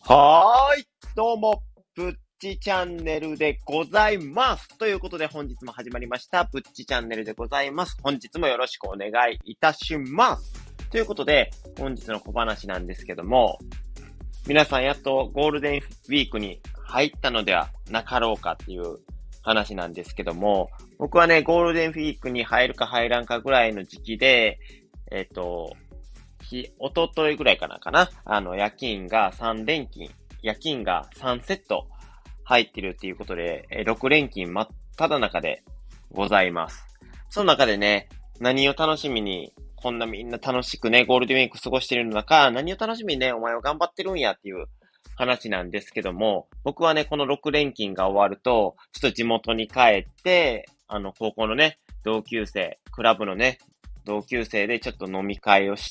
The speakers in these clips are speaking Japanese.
はーい、どうも、ぶっちチャンネルでございます。ということで本日も始まりました、ぶっちチャンネルでございます。本日もよろしくお願いいたします。ということで、本日の小話なんですけども、皆さんやっとゴールデンウィークに入ったのではなかろうかっていう話なんですけども、僕はね、ゴールデンウィークに入るか入らんかぐらいの時期で、おとといぐらいかな夜勤が3連勤、夜勤が3セット入ってるっていうことで、6連勤真っ只中でございます。その中でね、何を楽しみに、こんなみんな楽しくね、ゴールデンウィーク過ごしてるの中、何を楽しみにね、お前は頑張ってるんやっていう話なんですけども、僕はね、この6連勤が終わると、ちょっと地元に帰って、高校のね、同級生、クラブのね、同級生でちょっと飲み会をして、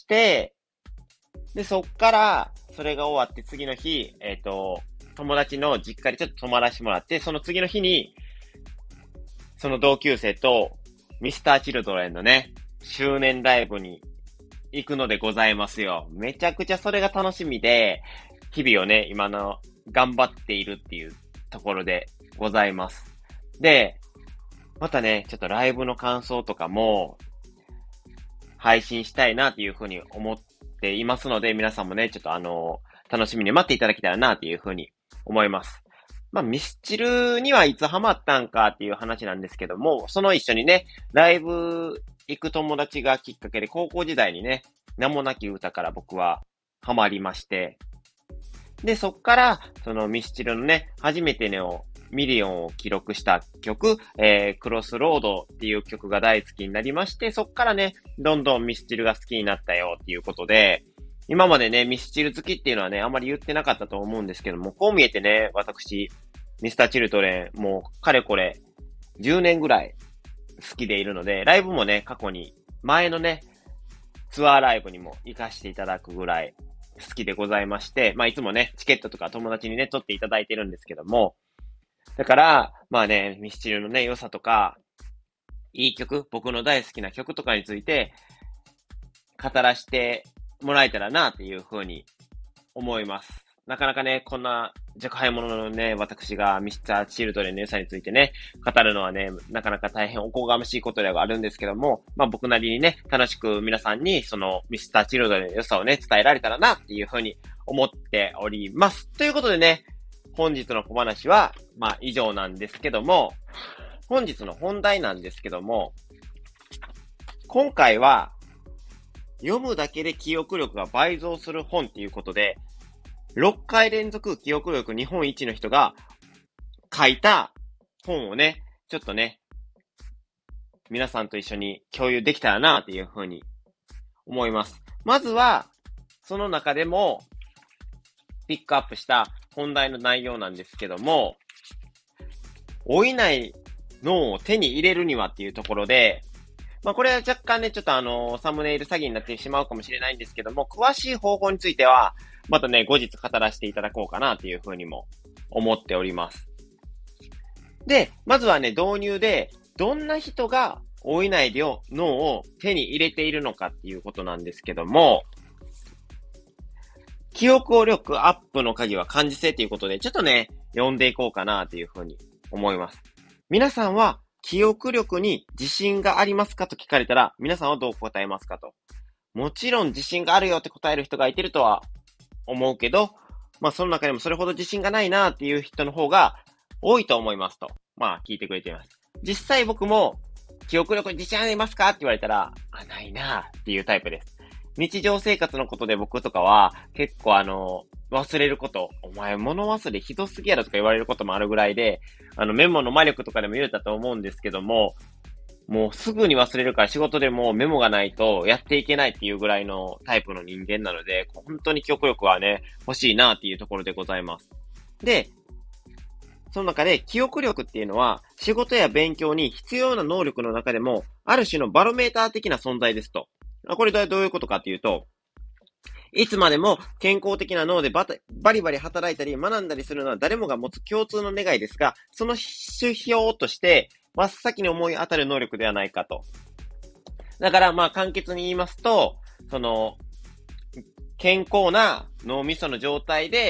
で、そっから、それが終わって次の日、友達の実家でちょっと泊まらせてもらって、その次の日に、その同級生と、ミスターチルドレンのね、周年ライブに行くのでございますよ。めちゃくちゃそれが楽しみで、日々をね、今の頑張っているっていうところでございます。で、またね、ちょっとライブの感想とかも配信したいなっていうふうに思っていますので、皆さんもね、ちょっと楽しみに待っていただけたらなっていうふうに思います。まあ、ミスチルにはいつハマったんかっていう話なんですけども、その一緒にね、ライブ行く友達がきっかけで高校時代にね、名もなき歌から僕はハマりまして、で、そっから、そのミスチルのね、初めてのミリオンを記録した曲、クロスロードっていう曲が大好きになりまして、そっからね、どんどんミスチルが好きになったよっていうことで、今までね、ミスチル好きっていうのはね、あんまり言ってなかったと思うんですけども、こう見えてね、私、ミスターチルドレン、もう、かれこれ、10年ぐらい好きでいるので、ライブもね、過去に、前のね、ツアーライブにも行かせていただくぐらい好きでございまして、まあいつもね、チケットとか友達にね、取っていただいてるんですけども、だから、まあね、ミスチルのね、良さとか、いい曲、僕の大好きな曲とかについて、語らせてもらえたらな、っていうふうに思います。なかなかね、こんな弱敗者のね、私がミスターチルドレンの良さについてね、語るのはね、なかなか大変おこがましいことではあるんですけども、まあ僕なりにね、楽しく皆さんにそのミスターチルドレンの良さをね、伝えられたらなっていうふうに思っております。ということでね、本日の小話は、まあ以上なんですけども、本日の本題なんですけども、今回は読むだけで記憶力が倍増する本っていうことで、6回連続記憶力日本一の人が書いた本をね、ちょっとね、皆さんと一緒に共有できたらなっていうふうに思います。まずは、その中でもピックアップした本題の内容なんですけども、老いない脳を手に入れるにはっていうところで、まあこれは若干ね、ちょっとサムネイル詐欺になってしまうかもしれないんですけども、詳しい方法については、またね、後日語らせていただこうかなっていうふうにも思っております。で、まずはね、導入で、どんな人が老いない脳を手に入れているのかっていうことなんですけども、記憶力アップの鍵は感受性ということで、ちょっとね、読んでいこうかなというふうに思います。皆さんは記憶力に自信がありますかと聞かれたら、皆さんはどう答えますかと。もちろん自信があるよって答える人がいてるとは思うけど、まあその中でもそれほど自信がないなっていう人の方が多いと思いますと。まあ聞いてくれています。実際僕も記憶力に自信ありますかって言われたら、ないなっていうタイプです。日常生活のことで僕とかは結構忘れること、お前物忘れひどすぎやろとか言われることもあるぐらいで、メモの魔力とかでも言えたと思うんですけども、もうすぐに忘れるから仕事でもメモがないとやっていけないっていうぐらいのタイプの人間なので、本当に記憶力はね、欲しいなっていうところでございます。で、その中で記憶力っていうのは仕事や勉強に必要な能力の中でもある種のバロメーター的な存在ですと。これどういうことかっていうと、いつまでも健康的な脳でバリバリ働いたり学んだりするのは誰もが持つ共通の願いですが、その指標として真っ先に思い当たる能力ではないかと。だからまあ簡潔に言いますと、健康な脳みその状態で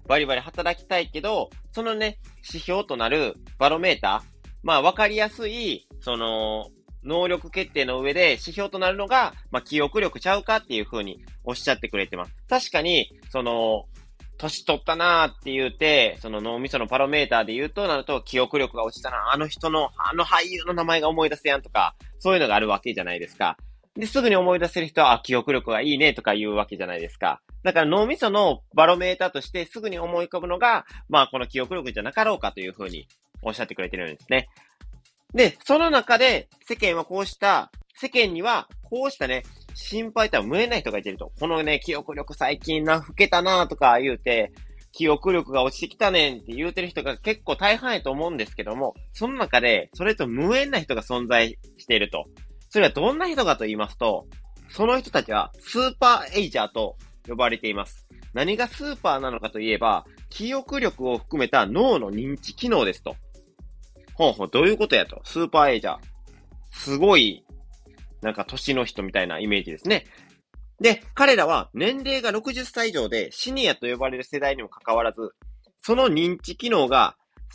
バリバリ働きたいけど、そのね、指標となるバロメーター、まあ、わかりやすい、能力決定の上で指標となるのが、まあ、記憶力ちゃうかっていう風におっしゃってくれてます。確かに、年取ったなーって言うて、その脳みそのパロメーターで言うとなると、記憶力が落ちたな、あの人の、あの俳優の名前が思い出せやんとか、そういうのがあるわけじゃないですか。で、すぐに思い出せる人は、記憶力がいいねとか言うわけじゃないですか。だから脳みそのバロメーターとしてすぐに思い浮かぶのが、まあこの記憶力じゃなかろうかというふうにおっしゃってくれてるんですね。で、その中で世間にはこうしたね、心配とは無縁な人がいてると。このね、記憶力最近老けたなとか言うて、記憶力が落ちてきたねんって言うてる人が結構大半やと思うんですけども、その中でそれと無縁な人が存在していると。それはどんな人かと言いますと、その人たちはスーパーエイジャーと呼ばれています。何がスーパーなのかといえば、記憶力を含めた脳の認知機能ですと。どういうことやと。スーパーエイジャー。すごい、なんか年の人みたいなイメージですね。で、彼らは年齢が60歳以上でシニアと呼ばれる世代にもかかわらず、その認知機能が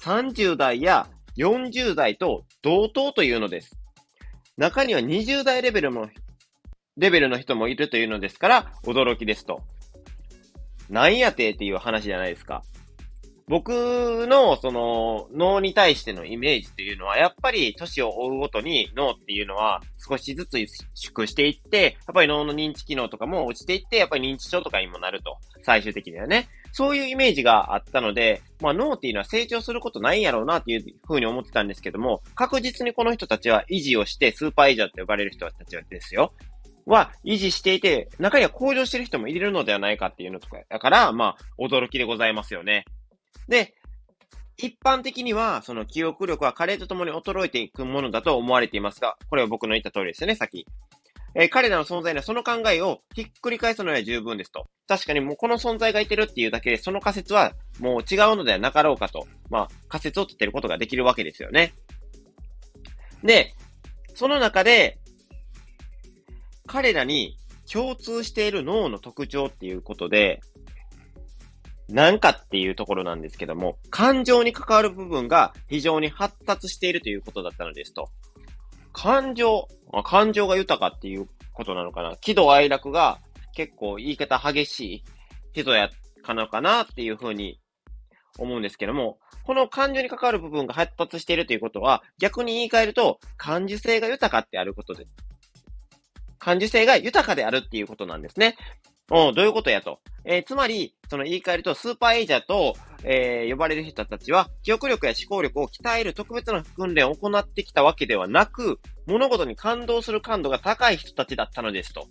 30代や40代と同等というのです。中には20代レベルの人もいるというのですから、驚きですと。なんやてっていう話じゃないですか。僕の、脳に対してのイメージっていうのは、やっぱり、年を追うごとに脳っていうのは少しずつ縮していって、やっぱり脳の認知機能とかも落ちていって、やっぱり認知症とかにもなると。最終的にはね。そういうイメージがあったので、まあ脳っていうのは成長することないんやろうなっていうふうに思ってたんですけども、確実にこの人たちは維持をして、スーパーエイジャーって呼ばれる人たちですよ。は維持していて、中には向上してる人もいるのではないかっていうのとか、だから、まあ、驚きでございますよね。で、一般的には、その記憶力は加齢とともに衰えていくものだと思われていますが、これは僕の言った通りですよね、さっき。彼らの存在にはその考えをひっくり返すのには十分ですと。確かにもうこの存在がいてるっていうだけで、その仮説はもう違うのではなかろうかと、まあ仮説を立てることができるわけですよね。で、その中で、彼らに共通している脳の特徴っていうことで、何かっていうところなんですけども、感情に関わる部分が非常に発達しているということだったのですと。感情が豊かっていうことなのかな。喜怒哀楽が結構言い方激しい人やかなかなっていうふうに思うんですけども、この感情に関わる部分が発達しているということは、逆に言い換えると、感受性が豊かってあることで、感受性が豊かであるっていうことなんですね。どういうことやと。つまり、その言い換えると、スーパーエイジャーと、呼ばれる人たちは、記憶力や思考力を鍛える特別な訓練を行ってきたわけではなく、物事に感動する感度が高い人たちだったのですと。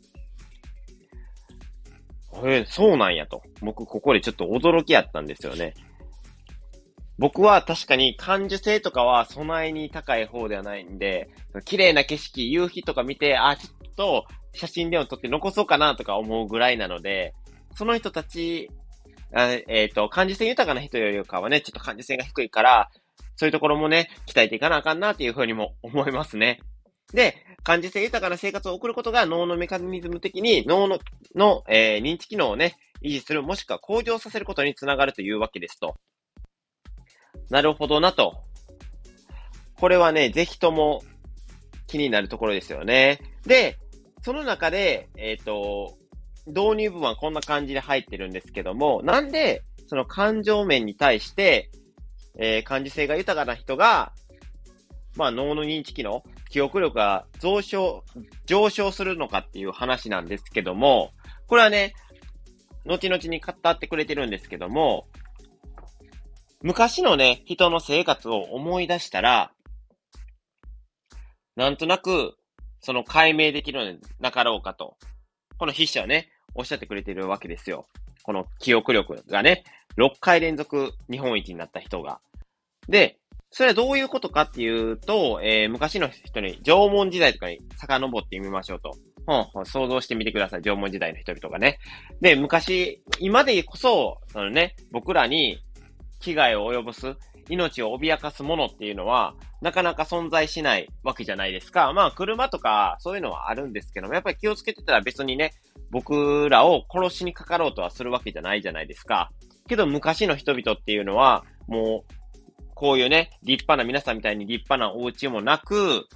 そうなんやと。僕、ここでちょっと驚きやったんですよね。僕は確かに感受性とかは備えに高い方ではないんで、綺麗な景色、夕日とか見て、ちょっと写真でも撮って残そうかなとか思うぐらいなので、その人たち、感受性豊かな人よりかはね、ちょっと感受性が低いから、そういうところもね、鍛えていかなあかんなっていうふうにも思いますね。で、感受性豊かな生活を送ることが脳のメカニズム的に脳の、認知機能をね、維持するもしくは向上させることにつながるというわけですと。なるほどなと。これはね、ぜひとも気になるところですよね。で、その中で、導入部分はこんな感じで入ってるんですけども、なんで、その感情面に対して、感受性が豊かな人が、まあ脳の認知機能、記憶力が上昇するのかっていう話なんですけども、これはね、後々に語ってくれてるんですけども、昔のね、人の生活を思い出したら、なんとなく、その解明できるのでなかろうかと。この筆者はね、おっしゃってくれてるわけですよ。この記憶力がね、6回連続日本一になった人が。で、それはどういうことかっていうと、昔の人に縄文時代とかに遡ってみましょうと。想像してみてください。縄文時代の人々がね。で、今でこそ、僕らに危害を及ぼす、命を脅かすものっていうのは、なかなか存在しないわけじゃないですか。まあ、車とか、そういうのはあるんですけども、やっぱり気をつけてたら別にね、僕らを殺しにかかろうとはするわけじゃないじゃないですか。 けど昔の人々っていうのは、もう、こういうね、立派な皆さんみたいに立派なお家もなく、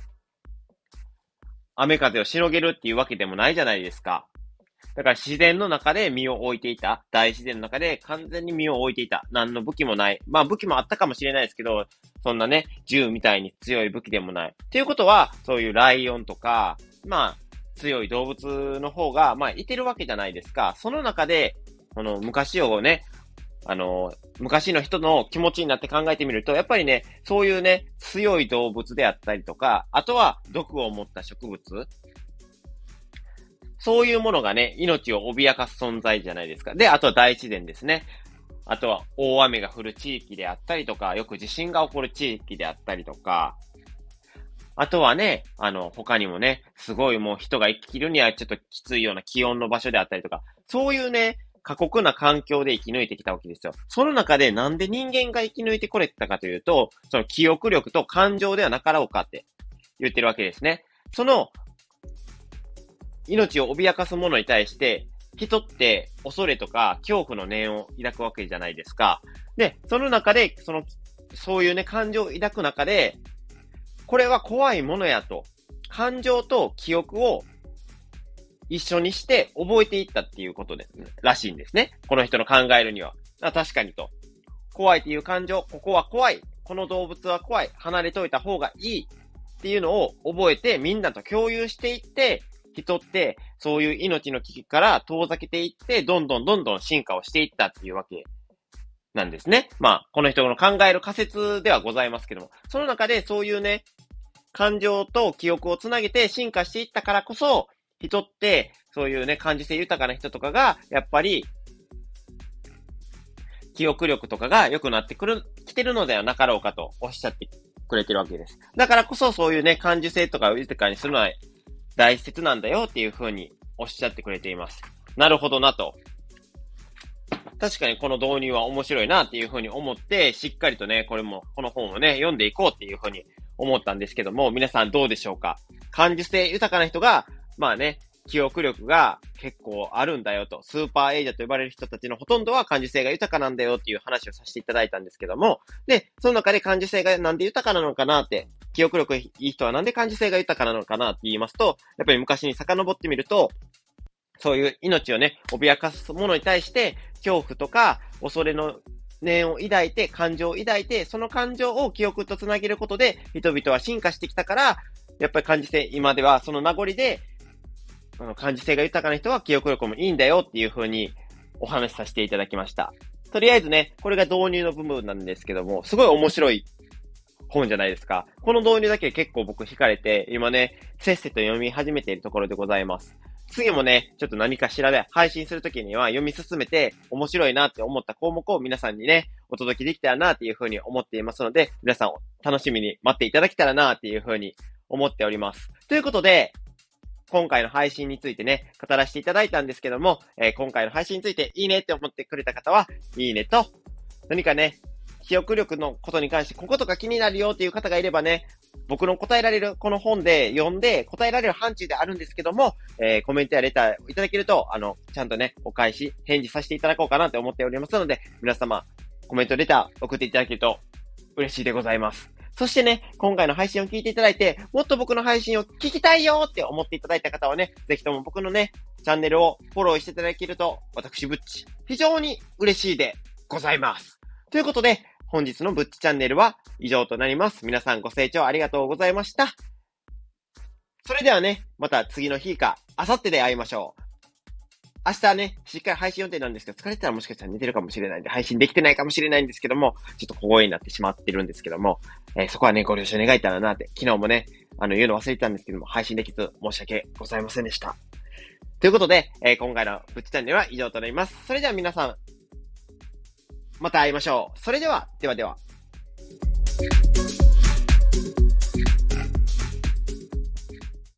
雨風をしのげるっていうわけでもないじゃないですか。だから自然の中で身を置いていた。大自然の中で完全に身を置いていた。何の武器もない。まあ武器もあったかもしれないですけど、そんなね、銃みたいに強い武器でもない。っていうことは、そういうライオンとか、まあ、強い動物の方が、まあ、いてるわけじゃないですか。その中で、この昔をね、昔の人の気持ちになって考えてみると、やっぱりね、そういうね、強い動物であったりとか、あとは毒を持った植物、そういうものがね、命を脅かす存在じゃないですか。で、あとは大自然ですね。あとは大雨が降る地域であったりとか、よく地震が起こる地域であったりとか、あとはね、他にもね、すごいもう人が生きるにはちょっときついような気温の場所であったりとか、そういうね、過酷な環境で生き抜いてきたわけですよ。その中でなんで人間が生き抜いてこれたかというと、その記憶力と感情ではなかろうかって言ってるわけですね。その、命を脅かすものに対して、人って恐れとか恐怖の念を抱くわけじゃないですか。で、その中で、そういうね、感情を抱く中で、これは怖いものやと、感情と記憶を一緒にして覚えていったっていうことですね、らしいんですね。この人の考えるには。確かにと。怖いっていう感情、ここは怖い。この動物は怖い。離れといた方がいい。っていうのを覚えてみんなと共有していって、人ってそういう命の危機から遠ざけていって、どんどん進化をしていったっていうわけなんですね。まあ、この人の考える仮説ではございますけども、その中でそういうね、感情と記憶をつなげて進化していったからこそ、人ってそういうね、感受性豊かな人とかが、やっぱり、記憶力とかが良くなってきてるのではなかろうかとおっしゃってくれてるわけです。だからこそそういうね、感受性とかを豊かにするのは大切なんだよっていう風におっしゃってくれています。なるほどなと。確かにこの導入は面白いなっていう風に思って、しっかりとね、この本をね、読んでいこうっていう風に思ったんですけども、皆さんどうでしょうか？感受性豊かな人が、まあね、記憶力が結構あるんだよと、スーパーエイジャーと呼ばれる人たちのほとんどは感受性が豊かなんだよっていう話をさせていただいたんですけども、で、その中で感受性がなんで豊かなのかなって、記憶力いい人はなんで感受性が豊かなのかなって言いますと、やっぱり昔に遡ってみると、そういう命をね、脅かすものに対して、恐怖とか恐れの念を抱いて、感情を抱いて、その感情を記憶とつなげることで、人々は進化してきたから、やっぱり感受性、今ではその名残で、感受性が豊かな人は記憶力もいいんだよっていう風にお話しさせていただきました。とりあえずね、これが導入の部分なんですけども、すごい面白い本じゃないですか。この導入だけ結構僕惹かれて、今ね、せっせと読み始めているところでございます。次もね、ちょっと何かしらで配信するときには読み進めて面白いなって思った項目を皆さんにね、お届けできたらなっていうふうに思っていますので、皆さん楽しみに待っていただけたらなっていうふうに思っております。ということで、今回の配信についてね、語らせていただいたんですけども、今回の配信についていいねって思ってくれた方は、いいねと、何かね、記憶力のことに関して、こことか気になるよっていう方がいればね、僕の答えられる、この本で読んで答えられる範疇であるんですけども、コメントやレターいただけると、ちゃんとね、返事させていただこうかなと思っておりますので、皆様、コメントレター送っていただけると嬉しいでございます。そしてね、今回の配信を聞いていただいて、もっと僕の配信を聞きたいよって思っていただいた方はね、ぜひとも僕のね、チャンネルをフォローしていただけると、私ぶっち、非常に嬉しいでございます。ということで、本日のぶっちチャンネルは以上となります。皆さんご清聴ありがとうございました。それではね、また次の日か、明後日で会いましょう。明日ね、しっかり配信予定なんですけど、疲れてたらもしかしたら寝てるかもしれないんで、配信できてないかもしれないんですけども、ちょっと小声になってしまってるんですけども、そこはね、ご了承願えたらなって、昨日もね、言うの忘れてたんですけども、配信できず申し訳ございませんでした。ということで、今回のぶっちチャンネルは以上となります。それでは皆さん、また会いましょう。それでは、では。